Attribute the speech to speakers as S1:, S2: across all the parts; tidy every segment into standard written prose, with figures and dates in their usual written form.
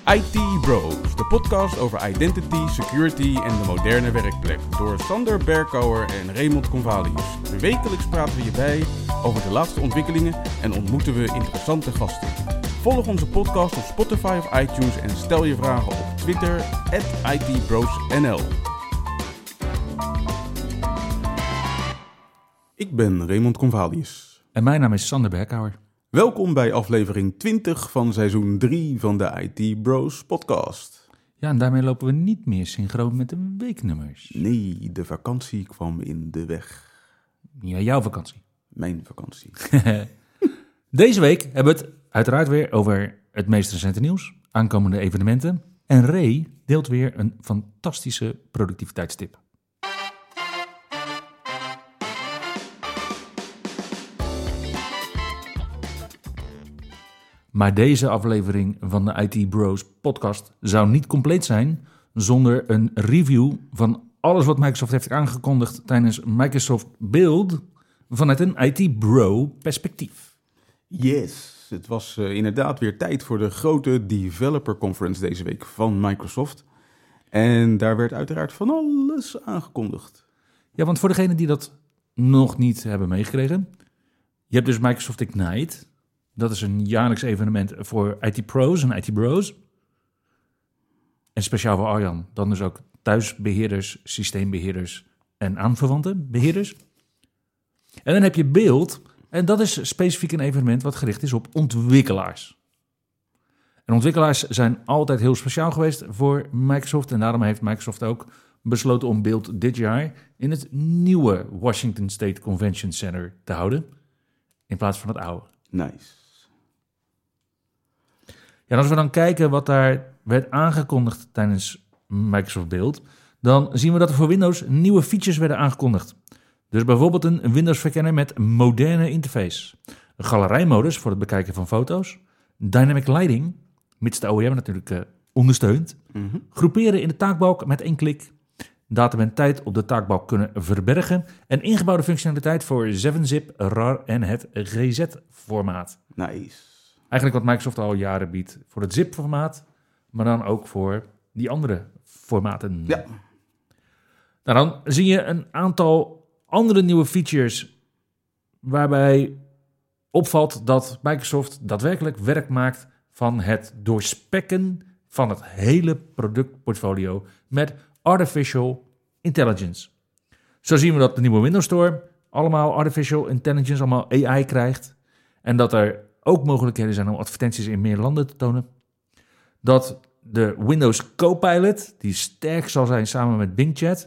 S1: IT Bros, de podcast over identity, security en de moderne werkplek. Door Sander Berkouwer en Raymond Convalius. Wekelijks praten we je bij over de laatste ontwikkelingen en ontmoeten we interessante gasten. Volg onze podcast op Spotify of iTunes en stel je vragen op Twitter @ITBrosNL. Ik ben Raymond Convalius.
S2: En mijn naam is Sander Berkouwer.
S1: Welkom bij aflevering 20 van seizoen 3 van de IT Bros podcast.
S2: Ja, en daarmee lopen we niet meer synchroon met de weeknummers.
S1: Nee, de vakantie kwam in de weg.
S2: Ja, jouw vakantie.
S1: Mijn vakantie.
S2: Deze week hebben we het uiteraard weer over het meest recente nieuws, aankomende evenementen. En Ray deelt weer een fantastische productiviteitstip. Maar deze aflevering van de IT Bros podcast zou niet compleet zijn zonder een review van alles wat Microsoft heeft aangekondigd tijdens Microsoft Build vanuit een IT Bro perspectief.
S1: Yes, het was inderdaad weer tijd voor de grote developer conference deze week van Microsoft. En daar werd uiteraard van alles aangekondigd.
S2: Ja, want voor degenen die dat nog niet hebben meegekregen, je hebt dus Microsoft Ignite. Dat is een jaarlijks evenement voor IT-pro's en IT-bros. En speciaal voor Arjan, dan dus ook thuisbeheerders, systeembeheerders en aanverwante beheerders. En dan heb je Build, en dat is specifiek een evenement wat gericht is op ontwikkelaars. En ontwikkelaars zijn altijd heel speciaal geweest voor Microsoft. En daarom heeft Microsoft ook besloten om Build dit jaar in het nieuwe Washington State Convention Center te houden, in plaats van het oude.
S1: Nice.
S2: Ja, en als we dan kijken wat daar werd aangekondigd tijdens Microsoft Build, dan zien we dat er voor Windows nieuwe features werden aangekondigd. Dus bijvoorbeeld een Windows-verkenner met moderne interface, een galerijmodus voor het bekijken van foto's, dynamic lighting, mits de OEM natuurlijk ondersteunt, groeperen in de taakbalk met 1 klik, datum en tijd op de taakbalk kunnen verbergen en ingebouwde functionaliteit voor 7-zip, RAR en het GZ-formaat.
S1: Nice.
S2: Eigenlijk wat Microsoft al jaren biedt voor het zip-formaat, maar dan ook voor die andere formaten.
S1: Ja.
S2: Nou, dan zie je een aantal andere nieuwe features waarbij opvalt dat Microsoft daadwerkelijk werk maakt van het doorspekken van het hele productportfolio met artificial intelligence. Zo zien we dat de nieuwe Windows Store allemaal artificial intelligence, allemaal AI krijgt. En dat er ook mogelijkheden zijn om advertenties in meer landen te tonen. Dat de Windows Copilot, die sterk zal zijn samen met Bing Chat,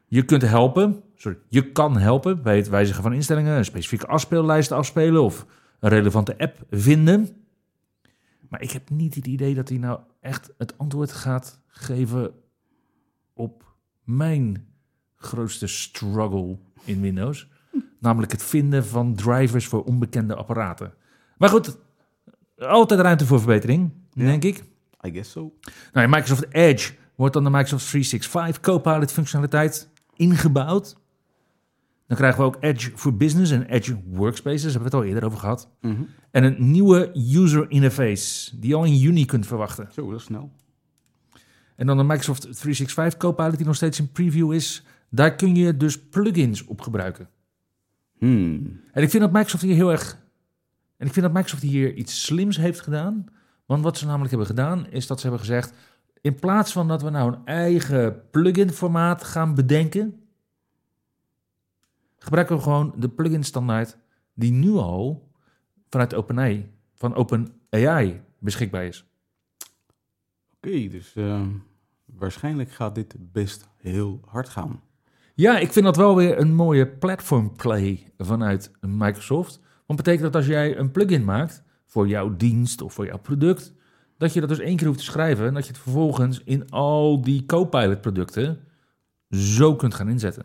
S2: je kan helpen bij het wijzigen van instellingen, een specifieke afspeellijst afspelen of een relevante app vinden. Maar ik heb niet het idee dat hij nou echt het antwoord gaat geven op mijn grootste struggle in Windows. Namelijk het vinden van drivers voor onbekende apparaten. Maar goed, altijd ruimte voor verbetering, denk ik.
S1: I guess so.
S2: Nou, in Microsoft Edge wordt dan de Microsoft 365 Copilot functionaliteit ingebouwd. Dan krijgen we ook Edge for Business en Edge Workspaces, daar hebben we het al eerder over gehad. En een nieuwe user interface, die je al in juni kunt verwachten.
S1: Zo, dat is snel.
S2: En dan de Microsoft 365 Copilot, die nog steeds in preview is. Daar kun je dus plugins op gebruiken. En ik vind dat Microsoft hier iets slims heeft gedaan. Want wat ze namelijk hebben gedaan, is dat ze hebben gezegd, in plaats van dat we nou een eigen plugin formaat gaan bedenken, gebruiken we gewoon de plugin standaard die nu al vanuit OpenAI beschikbaar is.
S1: Oké, dus waarschijnlijk gaat dit best heel hard gaan.
S2: Ja, ik vind dat wel weer een mooie platform play vanuit Microsoft. Want betekent dat als jij een plugin maakt voor jouw dienst of voor jouw product, dat je dat dus 1 keer hoeft te schrijven en dat je het vervolgens in al die Copilot producten zo kunt gaan inzetten.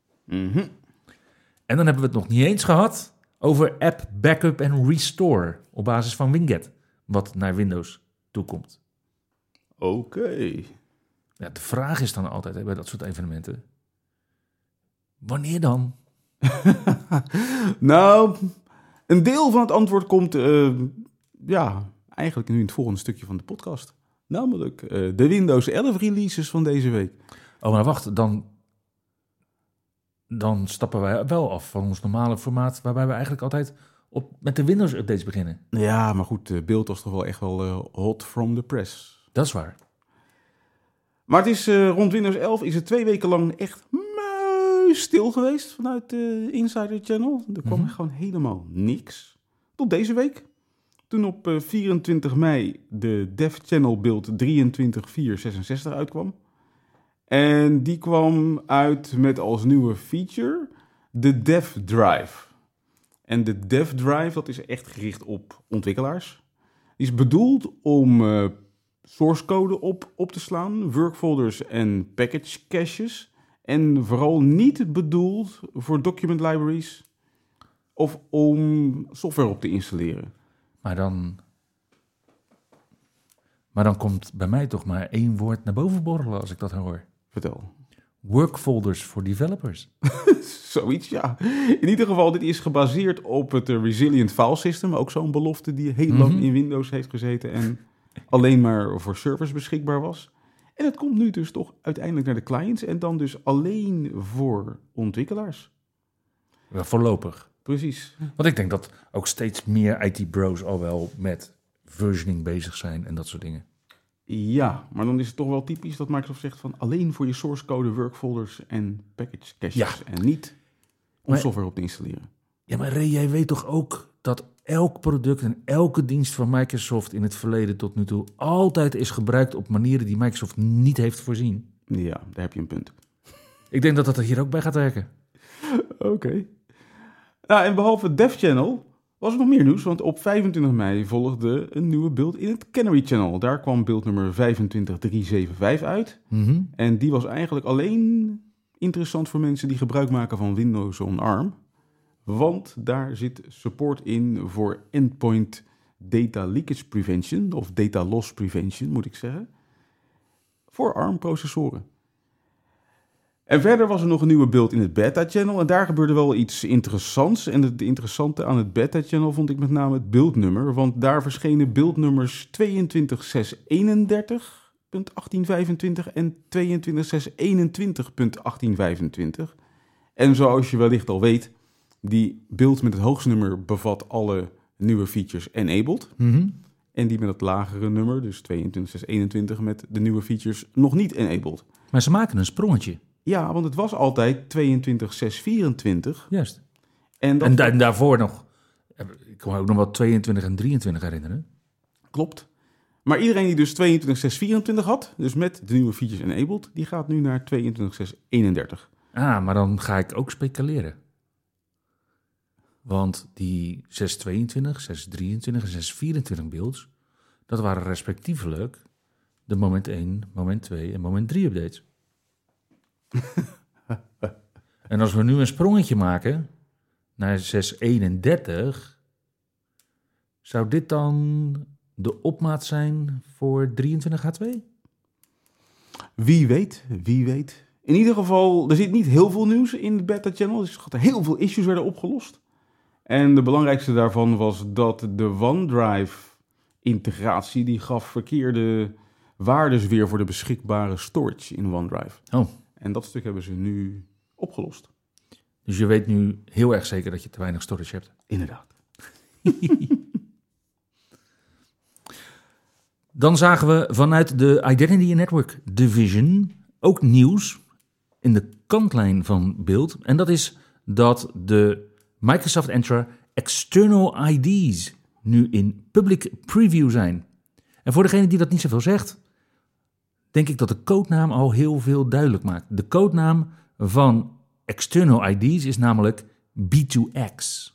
S2: En dan hebben we het nog niet eens gehad over app backup en restore op basis van Winget, wat naar Windows toekomt.
S1: Oké.
S2: Ja, de vraag is dan altijd bij dat soort evenementen, wanneer dan?
S1: Nou, een deel van het antwoord komt eigenlijk nu in het volgende stukje van de podcast. Namelijk de Windows 11 releases van deze week.
S2: Oh, maar wacht, dan stappen wij wel af van ons normale formaat, waarbij we eigenlijk altijd met de Windows-updates beginnen.
S1: Ja, maar goed, de beeld was toch wel echt wel hot from the press.
S2: Dat is waar.
S1: Maar het is rond Windows 11 is het 2 weken lang echt stil geweest vanuit de Insider Channel. Er kwam gewoon helemaal niks. Tot deze week. Toen op 24 mei de Dev Channel build 23.4.66 uitkwam. En die kwam uit met als nieuwe feature de Dev Drive. En de Dev Drive, dat is echt gericht op ontwikkelaars. Die is bedoeld om source code op te slaan, workfolders en package caches. En vooral niet bedoeld voor document libraries of om software op te installeren.
S2: Maar dan komt bij mij toch maar 1 woord naar boven borrelen als ik dat hoor.
S1: Vertel.
S2: Workfolders voor developers.
S1: Zoiets, ja. In ieder geval, dit is gebaseerd op het Resilient File System. Ook zo'n belofte die heel lang in Windows heeft gezeten en alleen maar voor servers beschikbaar was. En het komt nu dus toch uiteindelijk naar de clients en dan dus alleen voor ontwikkelaars.
S2: Ja, voorlopig.
S1: Precies.
S2: Want ik denk dat ook steeds meer IT-bros al wel met versioning bezig zijn en dat soort dingen.
S1: Ja, maar dan is het toch wel typisch dat Microsoft zegt van alleen voor je source code, workfolders en package caches.
S2: Ja.
S1: En niet om software op te installeren.
S2: Ja, maar Ray, jij weet toch ook dat elk product en elke dienst van Microsoft in het verleden tot nu toe altijd is gebruikt op manieren die Microsoft niet heeft voorzien?
S1: Ja, daar heb je een punt.
S2: Ik denk dat dat er hier ook bij gaat werken.
S1: Oké. Nou, en behalve Dev Channel was er nog meer nieuws, want op 25 mei volgde een nieuwe build in het Canary Channel. Daar kwam build nummer 25375 uit. En die was eigenlijk alleen interessant voor mensen die gebruik maken van Windows on ARM. Want daar zit support in voor endpoint data leakage prevention, of data loss prevention moet ik zeggen, voor ARM-processoren. En verder was er nog een nieuwe build in het beta-channel en daar gebeurde wel iets interessants. En het interessante aan het beta-channel vond ik met name het buildnummer, want daar verschenen buildnummers 22.631.1825 en 22.621.1825. En zoals je wellicht al weet, die build met het hoogste nummer bevat alle nieuwe features enabled. En die met het lagere nummer, dus 22.621, met de nieuwe features nog niet enabled.
S2: Maar ze maken een sprongetje.
S1: Ja, want het was altijd 22.624.
S2: Juist.
S1: En
S2: daarvoor nog, ik kan me ook nog wel 22 en 23 herinneren.
S1: Klopt. Maar iedereen die dus 22.624 had, dus met de nieuwe features enabled, die gaat nu naar 22.631.
S2: Ah, maar dan ga ik ook speculeren. Want die 622, 623 en 624 builds, dat waren respectievelijk de moment 1, moment 2 en moment 3 updates. En als we nu een sprongetje maken naar 631, zou dit dan de opmaat zijn voor 23H2?
S1: Wie weet, wie weet. In ieder geval, er zit niet heel veel nieuws in de beta-channel. Dus er heel veel issues werden opgelost. En de belangrijkste daarvan was dat de OneDrive-integratie, die gaf verkeerde waardes weer voor de beschikbare storage in OneDrive.
S2: Oh.
S1: En dat stuk hebben ze nu opgelost.
S2: Dus je weet nu heel erg zeker dat je te weinig storage hebt.
S1: Inderdaad.
S2: Dan zagen we vanuit de Identity Network Division ook nieuws in de kantlijn van Build. En dat is dat de Microsoft Entra External IDs nu in public preview zijn. En voor degene die dat niet zoveel zegt, denk ik dat de codenaam al heel veel duidelijk maakt. De codenaam van External IDs is namelijk B2X.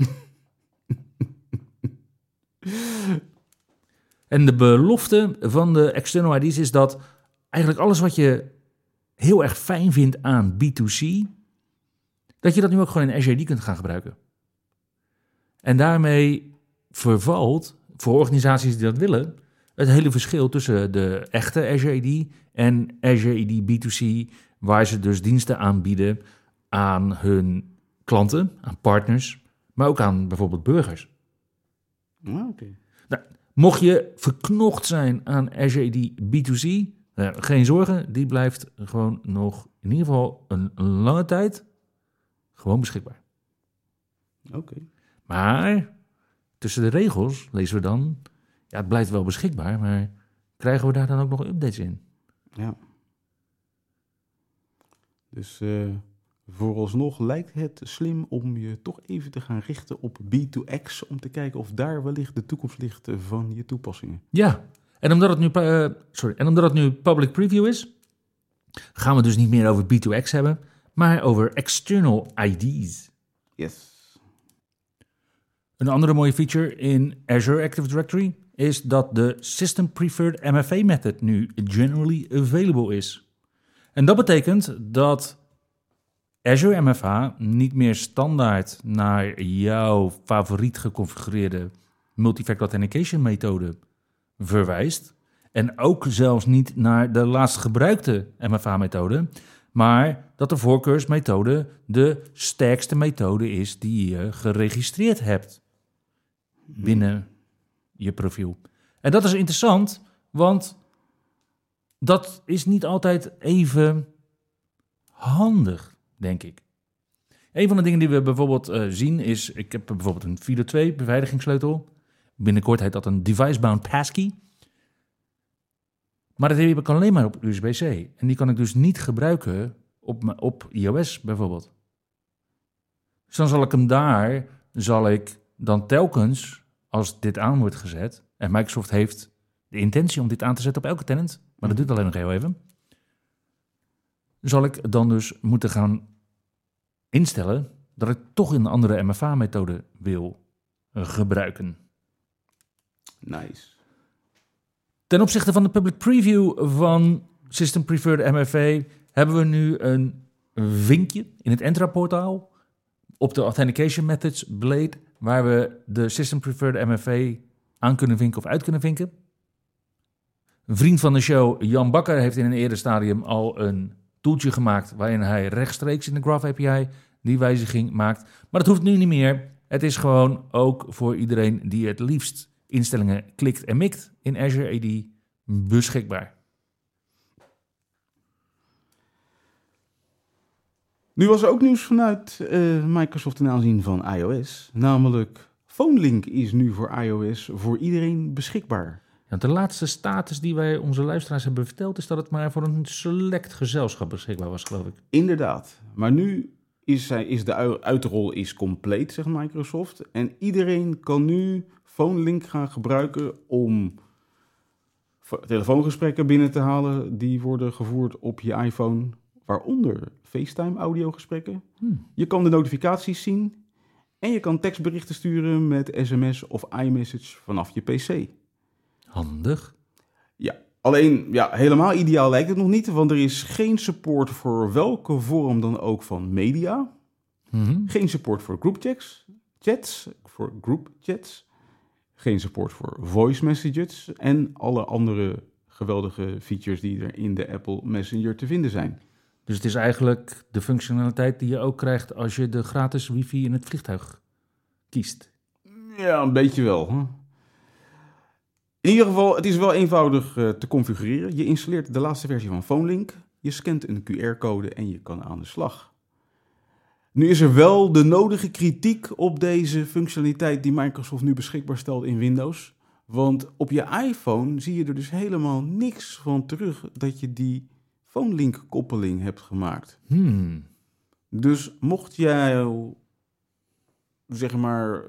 S2: En de belofte van de External IDs is dat eigenlijk alles wat je heel erg fijn vindt aan B2C, dat je dat nu ook gewoon in Azure AD kunt gaan gebruiken. En daarmee vervalt, voor organisaties die dat willen, het hele verschil tussen de echte Azure AD en Azure AD B2C, waar ze dus diensten aanbieden aan hun klanten, aan partners, maar ook aan bijvoorbeeld burgers.
S1: Oké.
S2: Nou, Mocht je verknocht zijn aan Azure AD B2C, geen zorgen, die blijft gewoon nog in ieder geval een lange tijd gewoon beschikbaar.
S1: Oké.
S2: Maar tussen de regels lezen we dan, ja, het blijft wel beschikbaar, maar krijgen we daar dan ook nog updates in?
S1: Ja. Dus vooralsnog lijkt het slim om je toch even te gaan richten op B2X, om te kijken of daar wellicht de toekomst ligt van je toepassingen.
S2: Ja, en omdat het nu public preview is, gaan we dus niet meer over B2X hebben, maar over external IDs.
S1: Yes.
S2: Een andere mooie feature in Azure Active Directory is dat de System Preferred MFA method nu generally available is. En dat betekent dat Azure MFA niet meer standaard naar jouw favoriet geconfigureerde multifactor authentication methode verwijst. En ook zelfs niet naar de laatst gebruikte MFA-methode, maar dat de voorkeursmethode de sterkste methode is die je geregistreerd hebt binnen je profiel. En dat is interessant, want dat is niet altijd even handig, denk ik. Een van de dingen die we bijvoorbeeld zien is, ik heb bijvoorbeeld een FIDO 2 beveiligingssleutel. Binnenkort heet dat een device-bound passkey. Maar dat heb ik alleen maar op USB-C. En die kan ik dus niet gebruiken op iOS bijvoorbeeld. Dus dan zal ik dan telkens, als dit aan wordt gezet, en Microsoft heeft de intentie om dit aan te zetten op elke tenant, maar dat duurt alleen nog heel even, zal ik dan dus moeten gaan instellen dat ik toch een andere MFA-methode wil gebruiken.
S1: Nice.
S2: Ten opzichte van de public preview van System Preferred MFA hebben we nu een vinkje in het Entra-portaal op de Authentication Methods Blade, waar we de System Preferred MFA aan kunnen vinken of uit kunnen vinken. Een vriend van de show, Jan Bakker, heeft in een eerder stadium al een toeltje gemaakt waarin hij rechtstreeks in de Graph API die wijziging maakt. Maar dat hoeft nu niet meer. Het is gewoon ook voor iedereen die het liefst instellingen klikt en mikt in Azure AD beschikbaar.
S1: Nu was er ook nieuws vanuit Microsoft ten aanzien van iOS. Namelijk, PhoneLink is nu voor iOS voor iedereen beschikbaar.
S2: Ja, de laatste status die wij onze luisteraars hebben verteld is dat het maar voor een select gezelschap beschikbaar was, geloof ik.
S1: Inderdaad. Maar nu is de uitrol compleet, zegt Microsoft. En iedereen kan nu PhoneLink gaan gebruiken om telefoongesprekken binnen te halen die worden gevoerd op je iPhone, waaronder FaceTime audiogesprekken. Je kan de notificaties zien en je kan tekstberichten sturen met sms of iMessage vanaf je PC.
S2: Handig.
S1: Ja, alleen helemaal ideaal lijkt het nog niet, want er is geen support voor welke vorm dan ook van media. Geen support voor groupchats. Geen support voor voice messages en alle andere geweldige features die er in de Apple Messenger te vinden zijn.
S2: Dus het is eigenlijk de functionaliteit die je ook krijgt als je de gratis wifi in het vliegtuig kiest.
S1: Ja, een beetje wel. Hè? In ieder geval, het is wel eenvoudig te configureren. Je installeert de laatste versie van PhoneLink, je scant een QR-code en je kan aan de slag. Nu is er wel de nodige kritiek op deze functionaliteit die Microsoft nu beschikbaar stelt in Windows. Want op je iPhone zie je er dus helemaal niks van terug dat je die PhoneLink-koppeling hebt gemaakt. Dus mocht jij, zeg maar,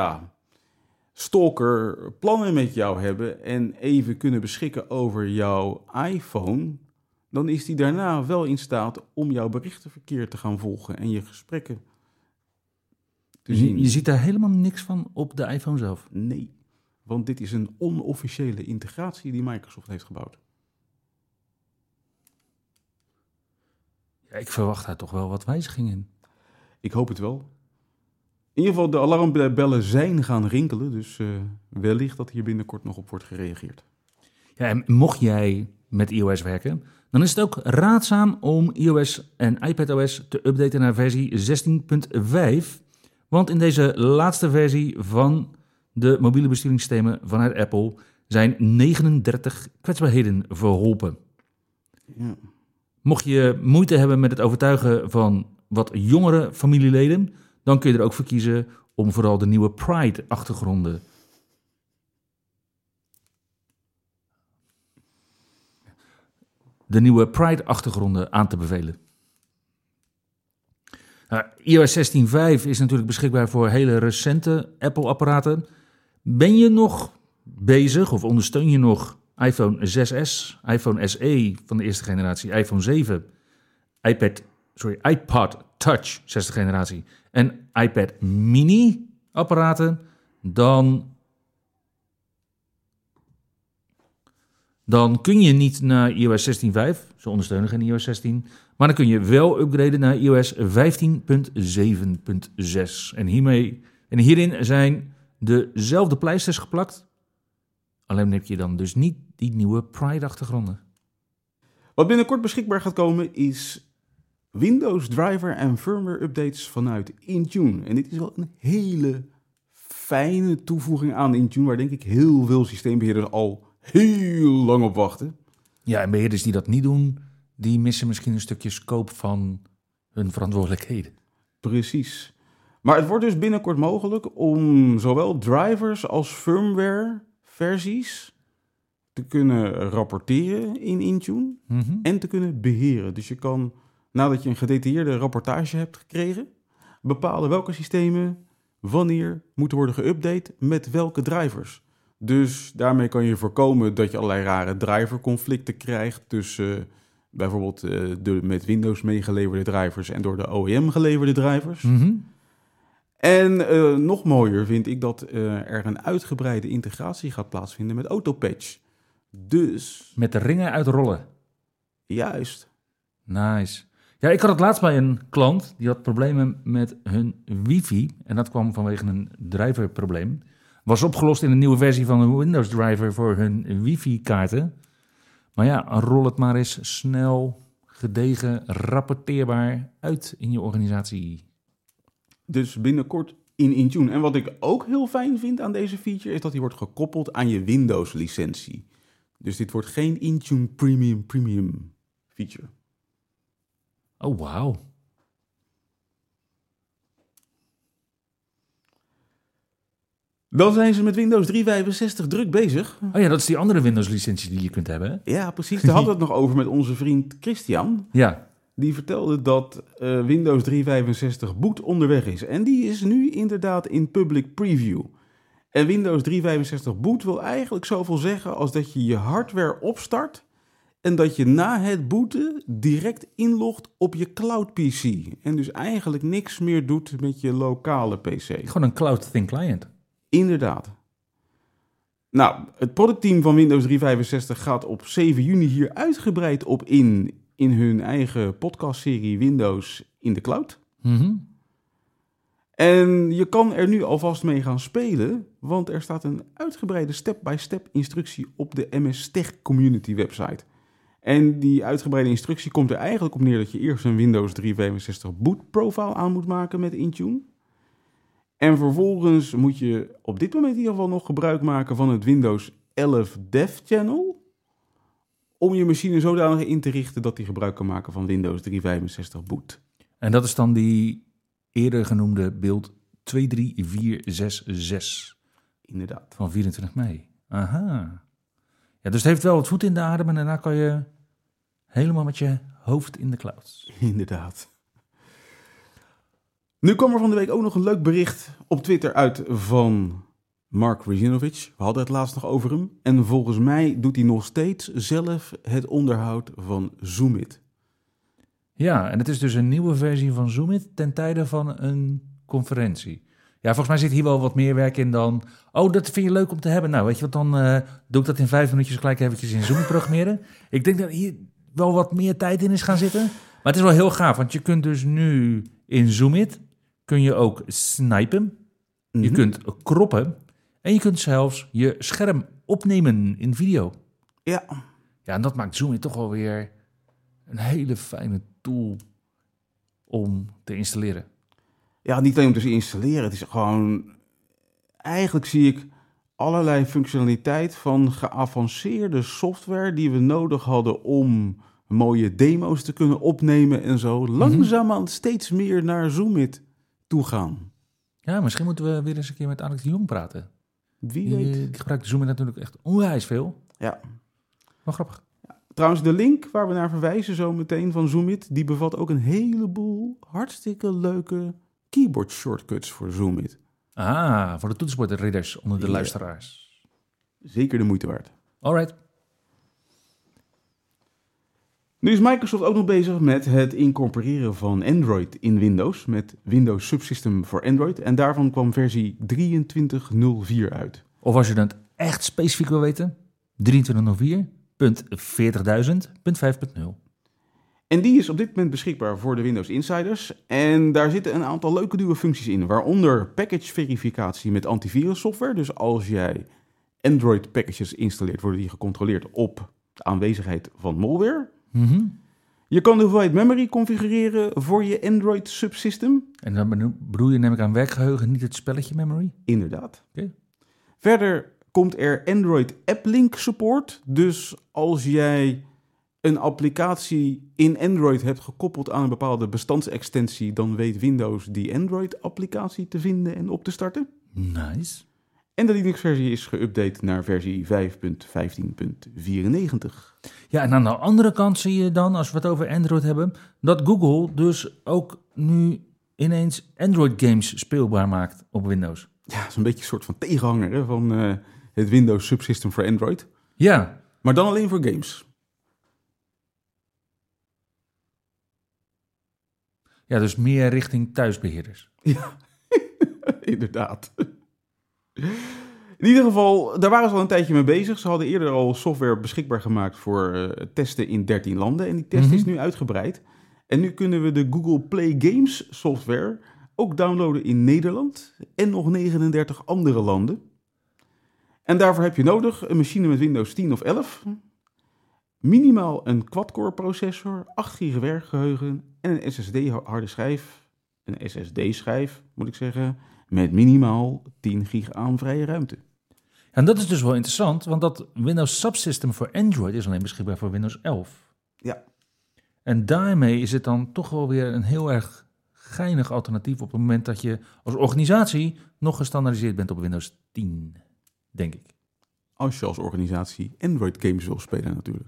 S1: stalker plannen met jou hebben en even kunnen beschikken over jouw iPhone, dan is die daarna wel in staat om jouw berichtenverkeer te gaan volgen en je gesprekken te zien.
S2: Je ziet daar helemaal niks van op de iPhone zelf?
S1: Nee, want dit is een onofficiële integratie die Microsoft heeft gebouwd.
S2: Ja, ik verwacht daar toch wel wat wijzigingen in.
S1: Ik hoop het wel. In ieder geval, de alarmbellen zijn gaan rinkelen, dus wellicht dat hier binnenkort nog op wordt gereageerd.
S2: Ja, en mocht jij met iOS werken, dan is het ook raadzaam om iOS en iPadOS te updaten naar versie 16.5. Want in deze laatste versie van de mobiele besturingssystemen vanuit Apple zijn 39 kwetsbaarheden verholpen.
S1: Ja.
S2: Mocht je moeite hebben met het overtuigen van wat jongere familieleden, dan kun je er ook voor kiezen om vooral de nieuwe Pride-achtergronden aan te bevelen. iOS 16.5 is natuurlijk beschikbaar voor hele recente Apple-apparaten. Ben je nog bezig of ondersteun je nog iPhone 6s, iPhone SE van de eerste generatie, iPhone 7, iPod Touch, zesde generatie, en iPad mini apparaten, dan kun je niet naar iOS 16.5, ze ondersteunen geen iOS 16, maar dan kun je wel upgraden naar iOS 15.7.6. En hierin zijn dezelfde pleisters geplakt, alleen heb je dan dus niet die nieuwe Pride-achtergronden.
S1: Wat binnenkort beschikbaar gaat komen is Windows driver en firmware updates vanuit Intune. En dit is wel een hele fijne toevoeging aan Intune, waar denk ik heel veel systeembeheerders al heel lang op wachten.
S2: Ja, en beheerders die dat niet doen, die missen misschien een stukje scope van hun verantwoordelijkheden.
S1: Precies. Maar het wordt dus binnenkort mogelijk om zowel drivers als firmware versies te kunnen rapporteren in Intune en te kunnen beheren. Dus je kan, nadat je een gedetailleerde rapportage hebt gekregen, bepalen welke systemen wanneer moeten worden geüpdate met welke drivers. Dus daarmee kan je voorkomen dat je allerlei rare driverconflicten krijgt tussen bijvoorbeeld de met Windows meegeleverde drivers en door de OEM geleverde drivers. En nog mooier vind ik dat er een uitgebreide integratie gaat plaatsvinden met Autopatch. Dus
S2: met de ringen uitrollen.
S1: Juist.
S2: Nice. Ja, ik had het laatst bij een klant, die had problemen met hun wifi. En dat kwam vanwege een driverprobleem. Was opgelost in een nieuwe versie van een Windows driver voor hun wifi-kaarten. Maar ja, rol het maar eens snel, gedegen, rapporteerbaar uit in je organisatie.
S1: Dus binnenkort in Intune. En wat ik ook heel fijn vind aan deze feature is dat die wordt gekoppeld aan je Windows-licentie. Dus dit wordt geen Intune Premium feature.
S2: Oh, wauw.
S1: Dan zijn ze met Windows 365 druk bezig.
S2: Oh ja, dat is die andere Windows-licentie die je kunt hebben, hè?
S1: Ja, precies. Daar hadden we het nog over met onze vriend Christian.
S2: Ja.
S1: Die vertelde dat Windows 365 boot onderweg is. En die is nu inderdaad in public preview. En Windows 365 boot wil eigenlijk zoveel zeggen als dat je je hardware opstart en dat je na het booten direct inlogt op je cloud PC. En dus eigenlijk niks meer doet met je lokale PC.
S2: Gewoon een Cloud Thin Client.
S1: Inderdaad. Nou, het productteam van Windows 365 gaat op 7 juni hier uitgebreid op in hun eigen podcastserie Windows in de Cloud. En je kan er nu alvast mee gaan spelen, want er staat een uitgebreide step-by-step instructie op de MS Tech Community website. En die uitgebreide instructie komt er eigenlijk op neer dat je eerst een Windows 365 boot profile aan moet maken met Intune. En vervolgens moet je op dit moment in ieder geval nog gebruik maken van het Windows 11 Dev Channel om je machine zodanig in te richten dat die gebruik kan maken van Windows 365 boot.
S2: En dat is dan die eerder genoemde beeld 23466.
S1: Inderdaad.
S2: Van 24 mei. Aha. Ja, dus het heeft wel wat voet in de adem en daarna kan je helemaal met je hoofd in de cloud.
S1: Inderdaad. Nu kwam er van de week ook nog een leuk bericht op Twitter uit van Mark Russinovich. We hadden het laatst nog over hem. En volgens mij doet hij nog steeds zelf het onderhoud van Zoomit.
S2: Ja, en het is dus een nieuwe versie van Zoomit ten tijde van een conferentie. Ja, volgens mij zit hier wel wat meer werk in dan... Oh, dat vind je leuk om te hebben. Nou, weet je wat, dan doe ik dat in 5 minuutjes gelijk eventjes in Zoom programmeren. Ik denk dat hier wel wat meer tijd in is gaan zitten. Maar het is wel heel gaaf, want je kunt dus nu in Zoomit kun je ook snipen. Je kunt kroppen. En je kunt zelfs je scherm opnemen in video.
S1: Ja.
S2: Ja, en dat maakt Zoomit toch wel weer een hele fijne tool om te installeren.
S1: Ja, niet alleen om te installeren. Het is gewoon eigenlijk zie ik allerlei functionaliteit van geavanceerde software die we nodig hadden om mooie demo's te kunnen opnemen en zo. Langzaamaan steeds meer naar Zoomit toe gaan.
S2: Ja, misschien moeten we weer eens een keer met Alex de Jong praten.
S1: Wie weet.
S2: Die gebruikt Zoomit natuurlijk echt onwijs veel.
S1: Ja.
S2: Wel grappig.
S1: Trouwens, de link waar we naar verwijzen zo meteen van Zoomit, die bevat ook een heleboel hartstikke leuke keyboard shortcuts voor Zoomit.
S2: Ah, voor de toetsenbordridders onder de luisteraars.
S1: Zeker de moeite waard.
S2: Alright.
S1: Nu is Microsoft ook nog bezig met het incorporeren van Android in Windows, met Windows Subsystem voor Android. En daarvan kwam versie 23.04 uit.
S2: Of als je het echt specifiek wil weten, 23.04.40.000.5.0.
S1: En die is op dit moment beschikbaar voor de Windows Insiders. En daar zitten een aantal leuke nieuwe functies in, waaronder package verificatie met antivirussoftware. Dus als jij Android packages installeert, worden die gecontroleerd op de aanwezigheid van malware. Je kan de hoeveelheid memory configureren voor je Android subsystem.
S2: En dan bedoel je neem ik aan werkgeheugen, niet het spelletje memory?
S1: Inderdaad.
S2: Okay.
S1: Verder komt er Android App Link support. Dus als jij een applicatie in Android hebt gekoppeld aan een bepaalde bestandsextensie, dan weet Windows die Android-applicatie te vinden en op te starten.
S2: Nice.
S1: En de Linux-versie is geüpdate naar versie 5.15.94.
S2: Ja, en aan de andere kant zie je dan, als we het over Android hebben, dat Google dus ook nu ineens Android-games speelbaar maakt op Windows.
S1: Ja, dat is een beetje een soort van tegenhanger hè, van het Windows Subsystem voor Android.
S2: Ja.
S1: Maar dan alleen voor games.
S2: Ja, dus meer richting thuisbeheerders.
S1: Ja, inderdaad. In ieder geval, daar waren ze al een tijdje mee bezig. Ze hadden eerder al software beschikbaar gemaakt voor testen in 13 landen. En die test is nu uitgebreid. En nu kunnen we de Google Play Games software ook downloaden in Nederland en nog 39 andere landen. En daarvoor heb je nodig een machine met Windows 10 of 11, minimaal een quad-core processor, 8 GB werkgeheugen en een SSD-harde schijf, een SSD-schijf moet ik zeggen, met minimaal 10 gig aan vrije ruimte.
S2: En dat is dus wel interessant, want dat Windows Subsystem voor Android is alleen beschikbaar voor Windows 11.
S1: Ja.
S2: En daarmee is het dan toch wel weer een heel erg geinig alternatief op het moment dat je als organisatie nog gestandaardiseerd bent op Windows 10, denk ik.
S1: Als je als organisatie Android games wil spelen natuurlijk.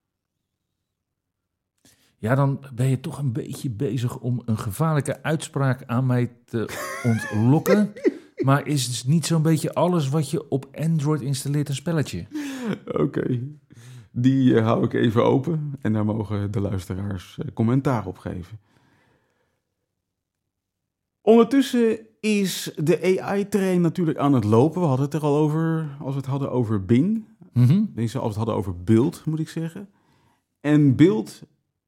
S2: Ja, dan ben je toch een beetje bezig om een gevaarlijke uitspraak aan mij te ontlokken. Maar is het niet zo'n beetje alles wat je op Android installeert een spelletje?
S1: Oké. Die hou ik even open en daar mogen de luisteraars commentaar op geven. Ondertussen is de AI-trein natuurlijk aan het lopen. We hadden het er al over als we het hadden over Bing. Als we het hadden over Build, moet ik zeggen. En Build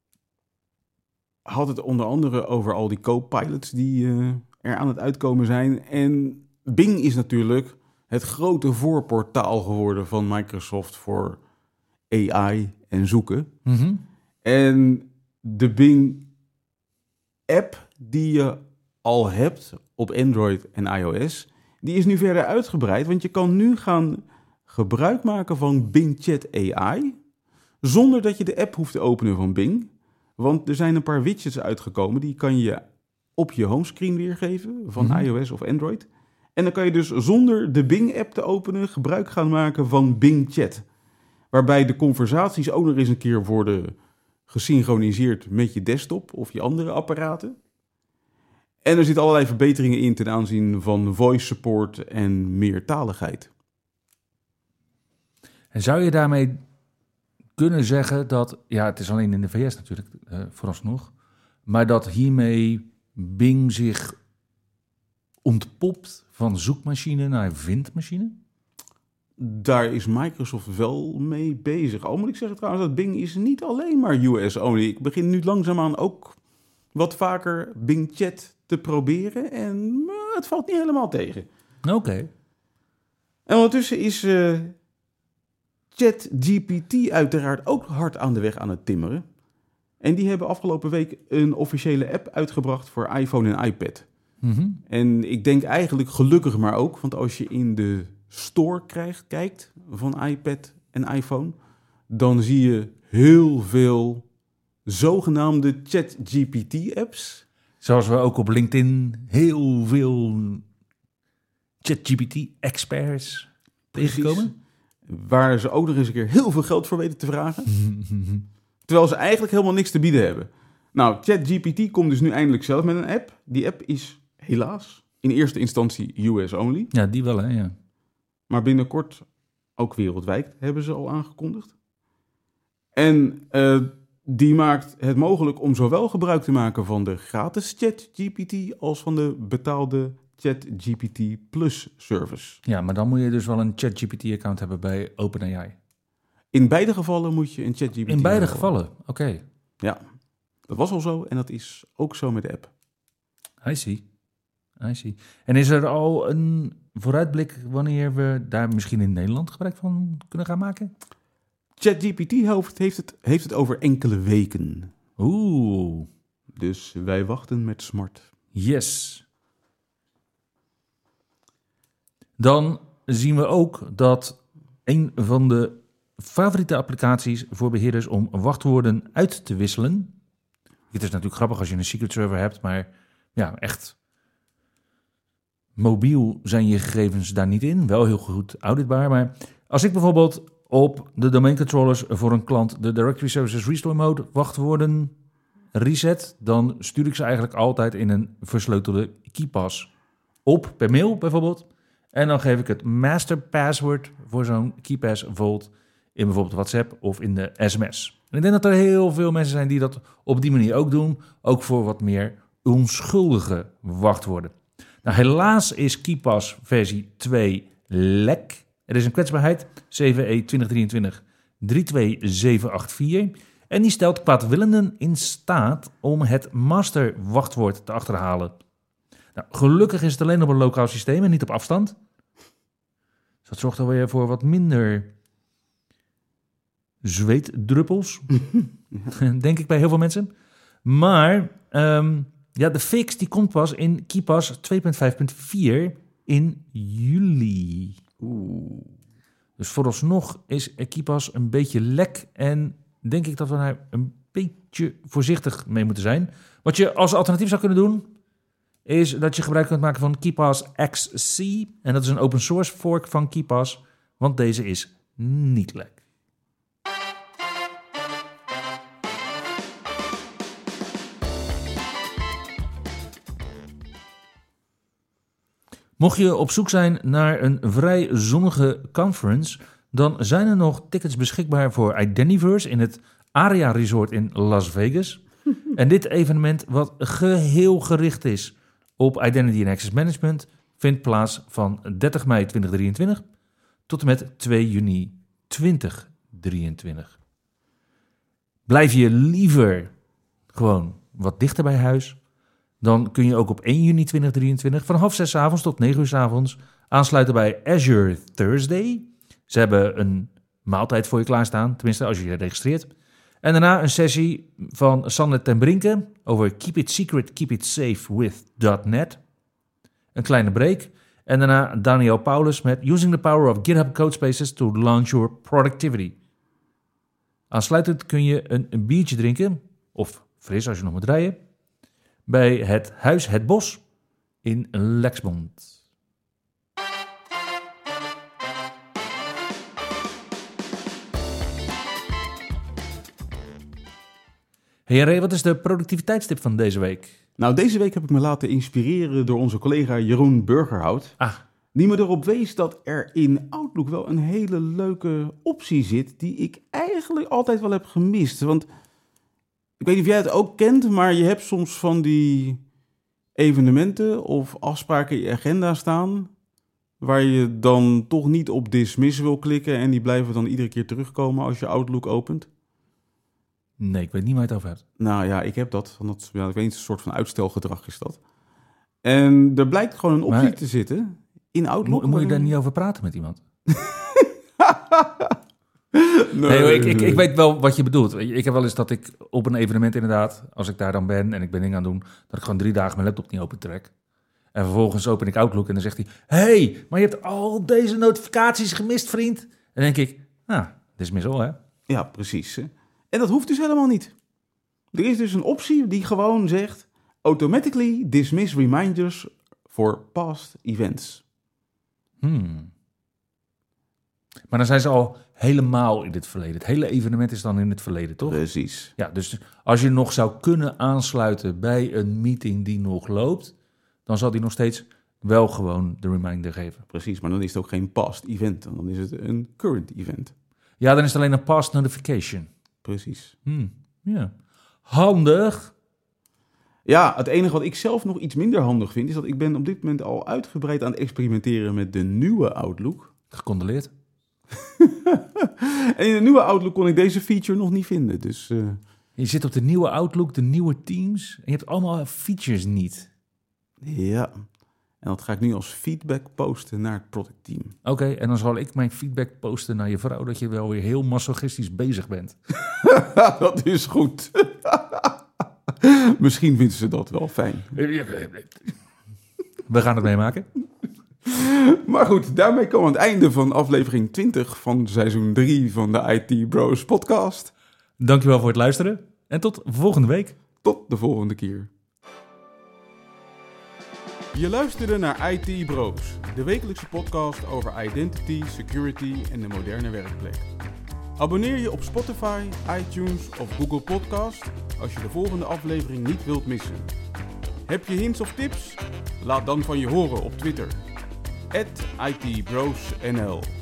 S1: had het onder andere over al die co-pilots die er aan het uitkomen zijn. En Bing is natuurlijk het grote voorportaal geworden van Microsoft voor AI en zoeken. En de Bing-app die je al hebt op Android en iOS, die is nu verder uitgebreid, want je kan nu gaan gebruik maken van Bing Chat AI, zonder dat je de app hoeft te openen van Bing. Want er zijn een paar widgets uitgekomen, die kan je op je homescreen weergeven van iOS of Android. En dan kan je dus zonder de Bing-app te openen gebruik gaan maken van Bing Chat. Waarbij de conversaties ook nog eens een keer worden gesynchroniseerd met je desktop of je andere apparaten. En er zitten allerlei verbeteringen in ten aanzien van voice support en meertaligheid.
S2: En zou je daarmee kunnen zeggen dat, ja, het is alleen in de VS natuurlijk, vooralsnog, maar dat hiermee Bing zich ontpopt van zoekmachine naar vindmachine?
S1: Daar is Microsoft wel mee bezig. Al moet ik zeggen trouwens dat Bing is niet alleen maar US-only. Ik begin nu langzaamaan ook wat vaker Bing Chat te proberen en het valt niet helemaal tegen.
S2: Oké.
S1: En ondertussen is ChatGPT uiteraard ook hard aan de weg aan het timmeren. En die hebben afgelopen week een officiële app uitgebracht voor iPhone en iPad.
S2: Mm-hmm.
S1: En ik denk eigenlijk gelukkig maar ook, want als je in de store kijkt van iPad en iPhone, dan zie je heel veel zogenaamde ChatGPT-apps.
S2: Zoals we ook op LinkedIn heel veel ChatGPT-experts tegenkomen.
S1: Waar ze ook nog eens een keer heel veel geld voor weten te vragen. Terwijl ze eigenlijk helemaal niks te bieden hebben. Nou, ChatGPT komt dus nu eindelijk zelf met een app. Die app is helaas in eerste instantie US only.
S2: Ja, die wel, hè? Ja.
S1: Maar binnenkort ook wereldwijd hebben ze al aangekondigd. En die maakt het mogelijk om zowel gebruik te maken van de gratis ChatGPT als van de betaalde ChatGPT Plus service.
S2: Ja, maar dan moet je dus wel een ChatGPT-account hebben bij OpenAI.
S1: In beide gevallen moet je een ChatGPT
S2: In beide
S1: hebben.
S2: gevallen, oké.
S1: Ja, dat was al zo en dat is ook zo met de app.
S2: I see. En is er al een vooruitblik wanneer we daar misschien in Nederland gebruik van kunnen gaan maken?
S1: ChatGPT heeft het over enkele weken.
S2: Oeh.
S1: Dus wij wachten met smart.
S2: Yes. Dan zien we ook dat een van de favoriete applicaties voor beheerders om wachtwoorden uit te wisselen. Het is natuurlijk grappig als je een secret server hebt, maar ja, echt mobiel zijn je gegevens daar niet in. Wel heel goed auditbaar, maar als ik bijvoorbeeld op de domain controllers voor een klant de Directory Services Restore Mode wachtwoorden reset, dan stuur ik ze eigenlijk altijd in een versleutelde keypass op per mail bijvoorbeeld. En dan geef ik het master password voor zo'n keypass vault in bijvoorbeeld WhatsApp of in de sms. En ik denk dat er heel veel mensen zijn die dat op die manier ook doen, ook voor wat meer onschuldige wachtwoorden. Nou, helaas is KeePass versie 2 lek. Er is een kwetsbaarheid, CVE 2023-32784. En die stelt kwaadwillenden in staat om het master wachtwoord te achterhalen. Nou, gelukkig is het alleen op een lokaal systeem en niet op afstand. Dus dat zorgt alweer voor wat minder zweetdruppels, denk ik bij heel veel mensen. Maar de fix die komt pas in KeePass 2.5.4 in juli.
S1: Oeh.
S2: Dus vooralsnog is KeePass een beetje lek en denk ik dat we daar een beetje voorzichtig mee moeten zijn. Wat je als alternatief zou kunnen doen, is dat je gebruik kunt maken van KeePass XC. En dat is een open source fork van KeePass, want deze is niet lek. Mocht je op zoek zijn naar een vrij zonnige conference, dan zijn er nog tickets beschikbaar voor Identiverse in het Aria Resort in Las Vegas. En dit evenement, wat geheel gericht is op Identity and Access Management, vindt plaats van 30 mei 2023 tot en met 2 juni 2023. Blijf je liever gewoon wat dichter bij huis, dan kun je ook op 1 juni 2023 van 5:30 avonds tot 9 uur 's avonds aansluiten bij Azure Thursday. Ze hebben een maaltijd voor je klaarstaan, tenminste als je je registreert. En daarna een sessie van Sander ten Brinke over Keep It Secret, Keep It Safe with .NET. Een kleine break. En daarna Daniel Paulus met Using the Power of GitHub Codespaces to Launch Your Productivity. Aansluitend kun je een biertje drinken, of fris als je nog moet rijden, bij het Huis Het Bos in Lexmond. Hey Ray, wat is de productiviteitstip van deze week?
S1: Nou, deze week heb ik me laten inspireren door onze collega Jeroen Burgerhout. Die me erop wees dat er in Outlook wel een hele leuke optie zit die ik eigenlijk altijd wel heb gemist. Want ik weet niet of jij het ook kent, maar je hebt soms van die evenementen of afspraken in je agenda staan waar je dan toch niet op dismiss wil klikken en die blijven dan iedere keer terugkomen als je Outlook opent.
S2: Nee, ik weet niet waar je het over hebt.
S1: Nou ja, ik heb dat. Ik weet niet, een soort van uitstelgedrag is dat. En er blijkt gewoon een optie te zitten in Outlook.
S2: Moet je daar niet over praten met iemand?
S1: Nee,
S2: ik weet wel wat je bedoelt. Ik heb wel eens dat ik op een evenement inderdaad, als ik daar dan ben en ik ben dingen aan het doen, dat ik gewoon 3 dagen mijn laptop niet opentrek. En vervolgens open ik Outlook en dan zegt hij... Hey, maar je hebt al deze notificaties gemist, vriend. En dan denk ik, dismissal, hè?
S1: Ja, precies. Hè? En dat hoeft dus helemaal niet. Er is dus een optie die gewoon zegt... Automatically dismiss reminders for past events.
S2: Maar dan zijn ze al helemaal in het verleden. Het hele evenement is dan in het verleden, toch?
S1: Precies.
S2: Ja, dus als je nog zou kunnen aansluiten bij een meeting die nog loopt... dan zal die nog steeds wel gewoon de reminder geven.
S1: Precies, maar dan is het ook geen past event. Dan is het een current event.
S2: Ja, dan is het alleen een past notification.
S1: Precies.
S2: Ja. Handig.
S1: Ja, het enige wat ik zelf nog iets minder handig vind... is dat ik ben op dit moment al uitgebreid aan het experimenteren met de nieuwe Outlook.
S2: Gecondoleerd.
S1: En in de nieuwe Outlook kon ik deze feature nog niet vinden. Dus,
S2: Je zit op de nieuwe Outlook, de nieuwe Teams... en je hebt allemaal features niet.
S1: Ja, en dat ga ik nu als feedback posten naar het productteam.
S2: Oké, en dan zal ik mijn feedback posten naar je vrouw... dat je wel weer heel masochistisch bezig bent.
S1: Dat is goed. Misschien vinden ze dat wel fijn.
S2: We gaan het meemaken.
S1: Maar goed, daarmee komen we aan het einde van aflevering 20 van seizoen 3 van de IT Bros podcast.
S2: Dankjewel voor het luisteren en tot volgende week.
S1: Tot de volgende keer. Je luisterde naar IT Bros, de wekelijkse podcast over identity, security en de moderne werkplek. Abonneer je op Spotify, iTunes of Google Podcast als je de volgende aflevering niet wilt missen. Heb je hints of tips? Laat dan van je horen op Twitter. @ITBrosNL